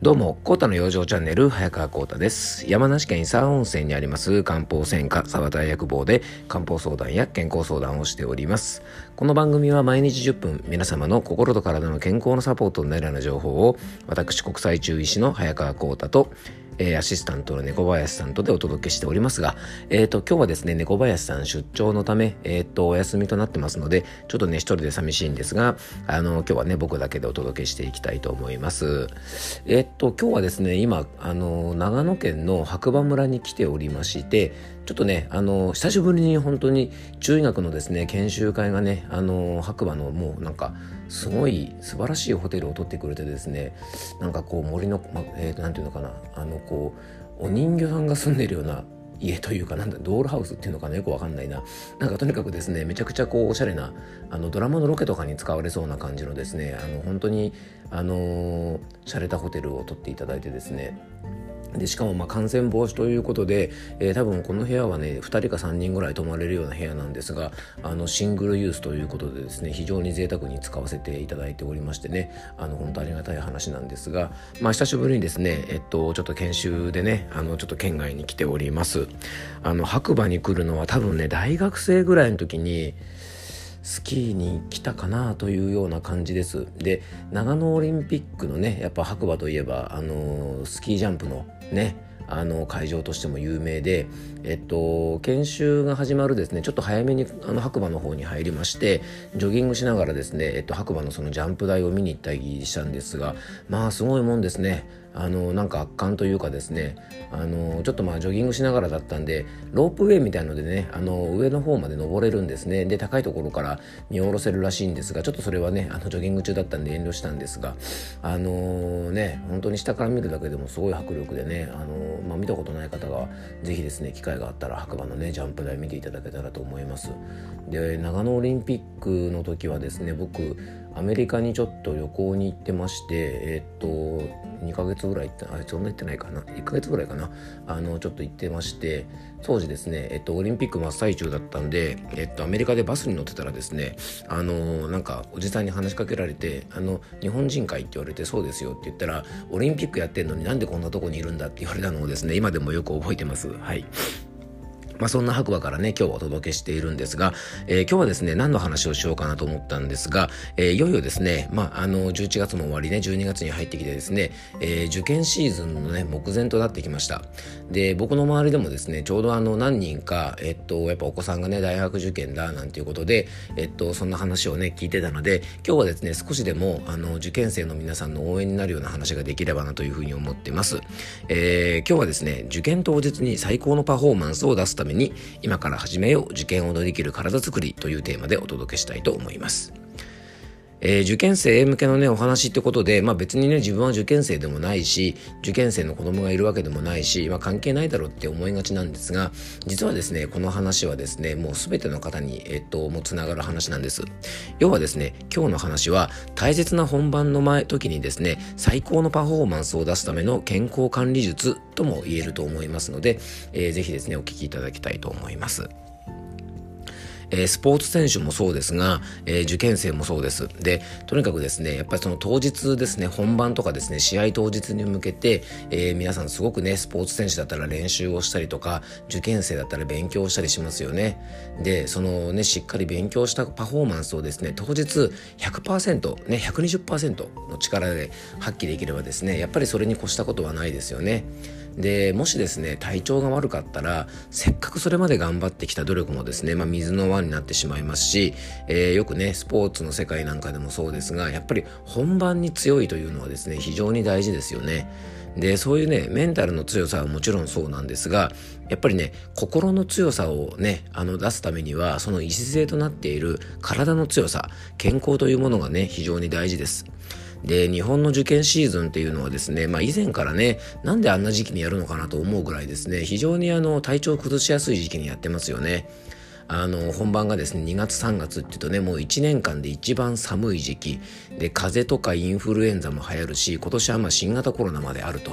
どうも、コータの養生チャンネル、早川コータです。山梨県伊佐温泉にあります漢方専科沢田薬房で漢方相談や健康相談をしております。この番組は毎日10分、皆様の心と体の健康のサポートになるような情報を、私国際中医師の早川コータとアシスタントの猫林さんとでお届けしておりますが、今日はですね、猫林さん出張のため、お休みとなってますので、ちょっとね、一人で寂しいんですが、今日はね、僕だけでお届けしていきたいと思います。今日はですね、今、長野県の白馬村に来ておりまして、ちょっとね、久しぶりに本当に中医学のですね、研修会がね、白馬のもうなんか、すごい素晴らしいホテルを取ってくれてですね、なんかこう森の、なんていうのかな、お人形さんが住んでるような家というか、なんだドールハウスっていうのかな、よくわかんないな。なんかとにかくですね、めちゃくちゃこうおしゃれなドラマのロケとかに使われそうな感じのですね、本当に洒落たホテルを取っていただいてですね、でしかも感染防止ということで、多分この部屋はね2人か3人ぐらい泊まれるような部屋なんですが、シングルユースということでですね、非常に贅沢に使わせていただいておりましてね、本当ありがたい話なんですが、久しぶりにですね、ちょっと研修でね、ちょっと県外に来ております。白馬に来るのは多分ね、大学生ぐらいの時にスキーに来たかなというような感じです。で、長野オリンピックのね、やっぱ白馬といえばスキージャンプのね、会場としても有名で、研修が始まるですね、ちょっと早めに白馬の方に入りまして、ジョギングしながらですね、白馬のそのジャンプ台を見に行ったりしたんですが、すごいもんですね。なんか圧巻というかですね、ちょっとジョギングしながらだったんで、ロープウェイみたいのでね、上の方まで登れるんですね。で、高いところから見下ろせるらしいんですが、ちょっとそれはね、ジョギング中だったんで遠慮したんですが、ね、本当に下から見るだけでもすごい迫力でね、見たことない方がぜひですね、機会があったら白馬のね、ジャンプ台見ていただけたらと思います。で、長野オリンピックの時はですね、僕アメリカにちょっと旅行に行ってまして、2ヶ月ぐらい行って、そんな行ってないかな、1ヶ月ぐらいかな、ちょっと行ってまして、当時ですね、オリンピック真っ最中だったんで、アメリカでバスに乗ってたらですね、なんかおじさんに話しかけられて、日本人かいって言われて、そうですよって言ったら、オリンピックやってんのになんでこんなとこにいるんだって言われたのをですね、今でもよく覚えてます。はい。そんな白馬からね、今日はお届けしているんですが、今日はですね、何の話をしようかなと思ったんですが、いよいよですね、11月も終わりね、12月に入ってきてですね、受験シーズンのね、目前となってきました。で、僕の周りでもですね、ちょうど何人か、やっぱお子さんがね、大学受験だなんていうことで、そんな話をね、聞いてたので、今日はですね、少しでも受験生の皆さんの応援になるような話ができればなというふうに思ってます。今日はですね、受験当日に最高のパフォーマンスを出すために今から始めよう受験を乗り切る体づくりというテーマでお届けしたいと思います。受験生向けのねお話ってことで、別にね自分は受験生でもないし、受験生の子供がいるわけでもないし、関係ないだろうって思いがちなんですが、実はですねこの話はですねもう全ての方にもうつながる話なんです。要はですね、今日の話は大切な本番の時にですね最高のパフォーマンスを出すための健康管理術とも言えると思いますので、ぜひですねお聞きいただきたいと思います。スポーツ選手もそうですが、受験生もそうです。で、とにかくですね、やっぱりその当日ですね、本番とかですね、試合当日に向けて、皆さんすごくね、スポーツ選手だったら練習をしたりとか、受験生だったら勉強したりしますよね。で、そのね、しっかり勉強したパフォーマンスをですね、当日100%、ね、120% の力で発揮できればですね、やっぱりそれに越したことはないですよね。で、もしですね体調が悪かったら、せっかくそれまで頑張ってきた努力もですね、水の泡になってしまいますし、よくねスポーツの世界なんかでもそうですが、やっぱり本番に強いというのはですね非常に大事ですよね。で、そういうねメンタルの強さはもちろんそうなんですが、やっぱりね心の強さをね出すためには、その礎となっている体の強さ、健康というものがね非常に大事です。で、日本の受験シーズンっていうのはですね、以前からね、なんであんな時期にやるのかなと思うぐらいですね、非常に体調を崩しやすい時期にやってますよね。本番がですね2月3月っていうとね、もう1年間で一番寒い時期で、風邪とかインフルエンザも流行るし、今年は新型コロナまであると。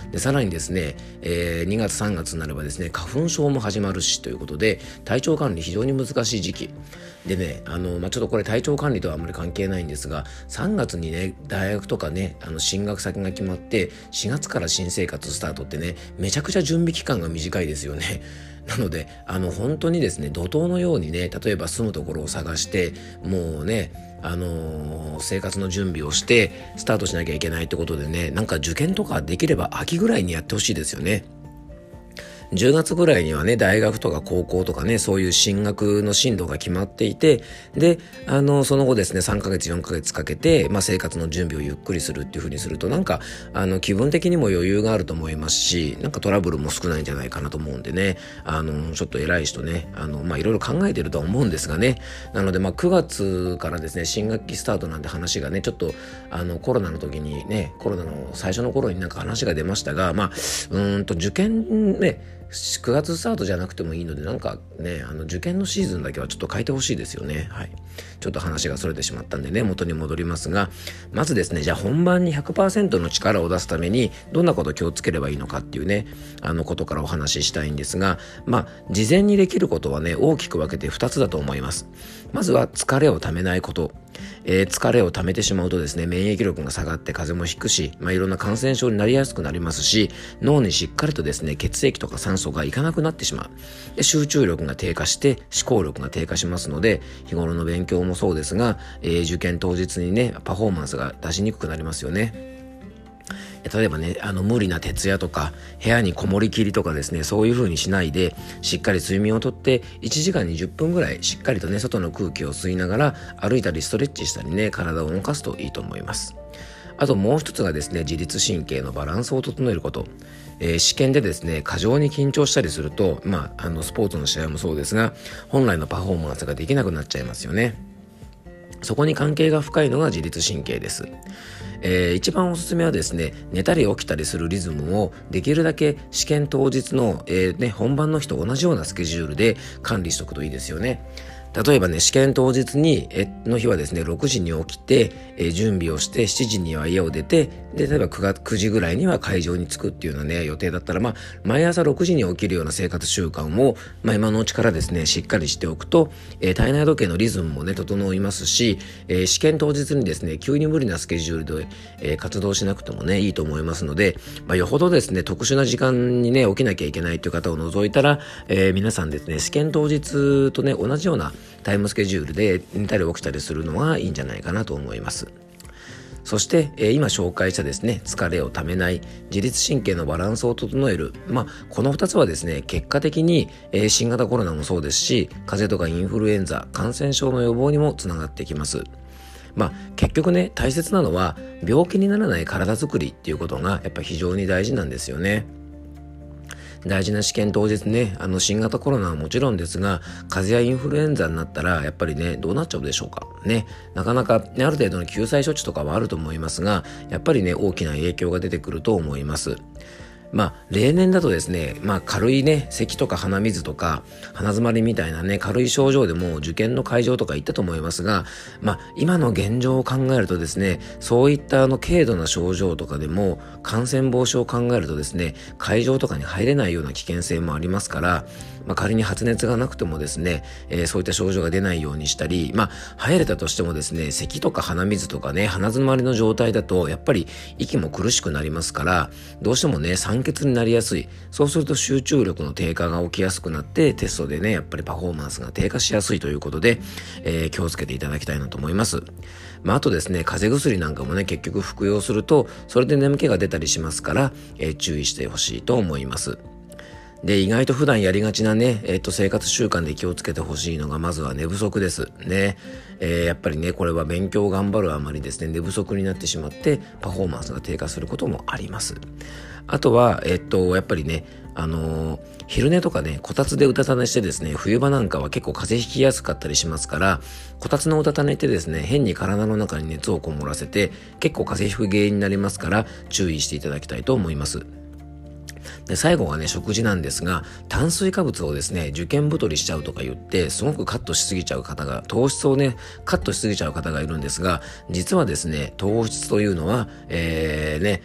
でさらにですね、2月3月になればですね花粉症も始まるしということで、体調管理非常に難しい時期でね、ちょっとこれ体調管理とはあまり関係ないんですが、3月にね大学とかね進学先が決まって4月から新生活スタートってね、めちゃくちゃ準備期間が短いですよね。なので本当にですね怒涛のようにね、例えば住むところを探してもうね生活の準備をしてスタートしなきゃいけないってことでね、なんか受験とかできれば秋ぐらいにやってほしいですよね。10月ぐらいにはね大学とか高校とかね、そういう進学の進路が決まっていて、でその後ですね3ヶ月4ヶ月かけて、生活の準備をゆっくりするっていう風にすると、なんか気分的にも余裕があると思いますし、なんかトラブルも少ないんじゃないかなと思うんでね、ちょっと偉い人ねいろいろ考えてるとは思うんですがね。なので9月からですね新学期スタートなんて話がね、ちょっとコロナの時にね、コロナの最初の頃になんか話が出ましたが、受験ね9月スタートじゃなくてもいいので、なんかね受験のシーズンだけはちょっと変えてほしいですよね。はい、ちょっと話がそれてしまったんでね、元に戻りますが、まずですね、じゃあ本番に 100% の力を出すためにどんなことを気をつければいいのかっていうねことからお話ししたいんですが、事前にできることはね大きく分けて2つだと思います。まずは疲れをためないこと。疲れをためてしまうとですね、免疫力が下がって風邪もひくし、いろんな感染症になりやすくなりますし、脳にしっかりとですね血液とか酸素がいかなくなってしまう。で集中力が低下して思考力が低下しますので、日頃の勉強もそうですが、受験当日にねパフォーマンスが出しにくくなりますよね。例えばね無理な徹夜とか部屋にこもりきりとかですね、そういう風にしないでしっかり睡眠をとって1時間に10分ぐらいしっかりとね外の空気を吸いながら歩いたりストレッチしたりね、体を動かすといいと思います。あともう一つがですね、自律神経のバランスを整えること。試験でですね過剰に緊張したりすると、スポーツの試合もそうですが、本来のパフォーマンスができなくなっちゃいますよね。そこに関係が深いのが自律神経です。一番おすすめはですね、寝たり起きたりするリズムをできるだけ試験当日の、本番の日と同じようなスケジュールで管理しておくといいですよね。例えばね試験当日にの日はですね6時に起きて、準備をして7時には家を出て、で例えば9時ぐらいには会場に着くっていうようなね予定だったら、毎朝6時に起きるような生活習慣を、今のうちからですねしっかりしておくと、体内時計のリズムもね整いますし、試験当日にですね急に無理なスケジュールで、活動しなくてもねいいと思いますので、よほどですね特殊な時間にね起きなきゃいけないという方を除いたら、皆さんですね試験当日とね同じようなタイムスケジュールで寝たり起きたりするのがいいんじゃないかなと思います。そして、今紹介したですね疲れをためない、自律神経のバランスを整える、この2つはですね結果的に、新型コロナもそうですし、風邪とかインフルエンザ、感染症の予防にもつながってきます。結局ね大切なのは病気にならない体づくりっていうことがやっぱ非常に大事なんですよね。大事な試験当日ね新型コロナはもちろんですが、風邪やインフルエンザになったらやっぱりねどうなっちゃうでしょうかね。なかなか、ある程度の救済処置とかはあると思いますが、やっぱりね大きな影響が出てくると思います。例年だとですね、軽いね咳とか鼻水とか鼻詰まりみたいなね軽い症状でも受験の会場とか行ったと思いますが、今の現状を考えるとですね、そういった軽度な症状とかでも感染防止を考えるとですね、会場とかに入れないような危険性もありますから、仮に発熱がなくてもですね、そういった症状が出ないようにしたり、入れたとしてもですね、咳とか鼻水とかね鼻詰まりの状態だとやっぱり息も苦しくなりますから、どうしてもね酸欠になりやすい。そうすると集中力の低下が起きやすくなって、テストでねやっぱりパフォーマンスが低下しやすいということで、気をつけていただきたいなと思います。あとですね風邪薬なんかもね結局服用するとそれで眠気が出たりしますから、注意してほしいと思います。で意外と普段やりがちなね、生活習慣で気をつけてほしいのが、まずは寝不足ですね。やっぱりねこれは勉強を頑張るあまりですね寝不足になってしまってパフォーマンスが低下することもあります。あとはやっぱりね昼寝とかねこたつでうたた寝してですね、冬場なんかは結構風邪ひきやすかったりしますから、こたつのうたた寝ってですね変に体の中に熱をこもらせて結構風邪ひく原因になりますから、注意していただきたいと思います。で最後はね食事なんですが、炭水化物をですね受験太りしちゃうとか言ってすごくカットしすぎちゃう方が、糖質をねカットしすぎちゃう方がいるんですが、実はですね糖質というのは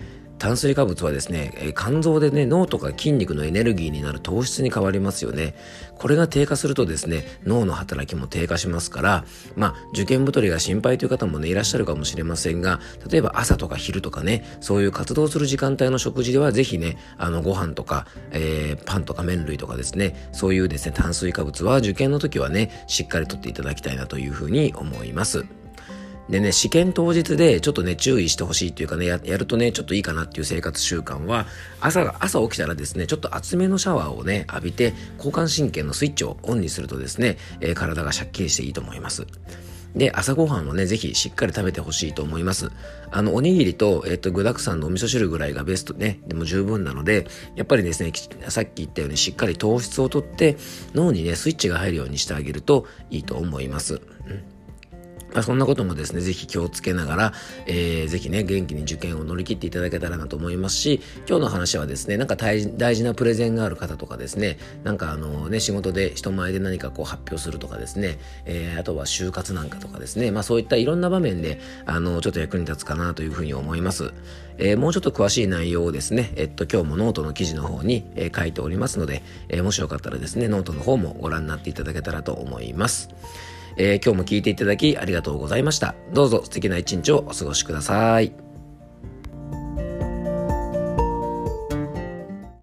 炭水化物はですね、肝臓でね、脳とか筋肉のエネルギーになる糖質に変わりますよね。これが低下するとですね、脳の働きも低下しますから、受験太りが心配という方もね、いらっしゃるかもしれませんが、例えば朝とか昼とかね、そういう活動する時間帯の食事ではぜひね、ご飯とか、パンとか麺類とかですね、そういうですね、炭水化物は受験の時はね、しっかりとっていただきたいなというふうに思います。でね、試験当日でちょっとね、注意してほしいっていうかね、やるとね、ちょっといいかなっていう生活習慣は、朝起きたらですね、ちょっと厚めのシャワーをね、浴びて、交感神経のスイッチをオンにするとですね、体がシャッキリしていいと思います。で、朝ごはんをね、ぜひしっかり食べてほしいと思います。おにぎりと、具沢山のお味噌汁ぐらいがベストね、でも十分なので、やっぱりですね、さっき言ったようにしっかり糖質をとって、脳にね、スイッチが入るようにしてあげるといいと思います。そんなこともですね、ぜひ気をつけながら、ぜひね、元気に受験を乗り切っていただけたらなと思いますし、今日の話はですね、なんか大事なプレゼンがある方とかですね、なんか仕事で人前で何かこう発表するとかですね、あとは就活なんかとかですね、そういったいろんな場面で、ちょっと役に立つかなというふうに思います。もうちょっと詳しい内容をですね、今日もノートの記事の方に、書いておりますので、もしよかったらですね、ノートの方もご覧になっていただけたらと思います。今日も聞いていただきありがとうございました。どうぞ素敵な一日をお過ごしください。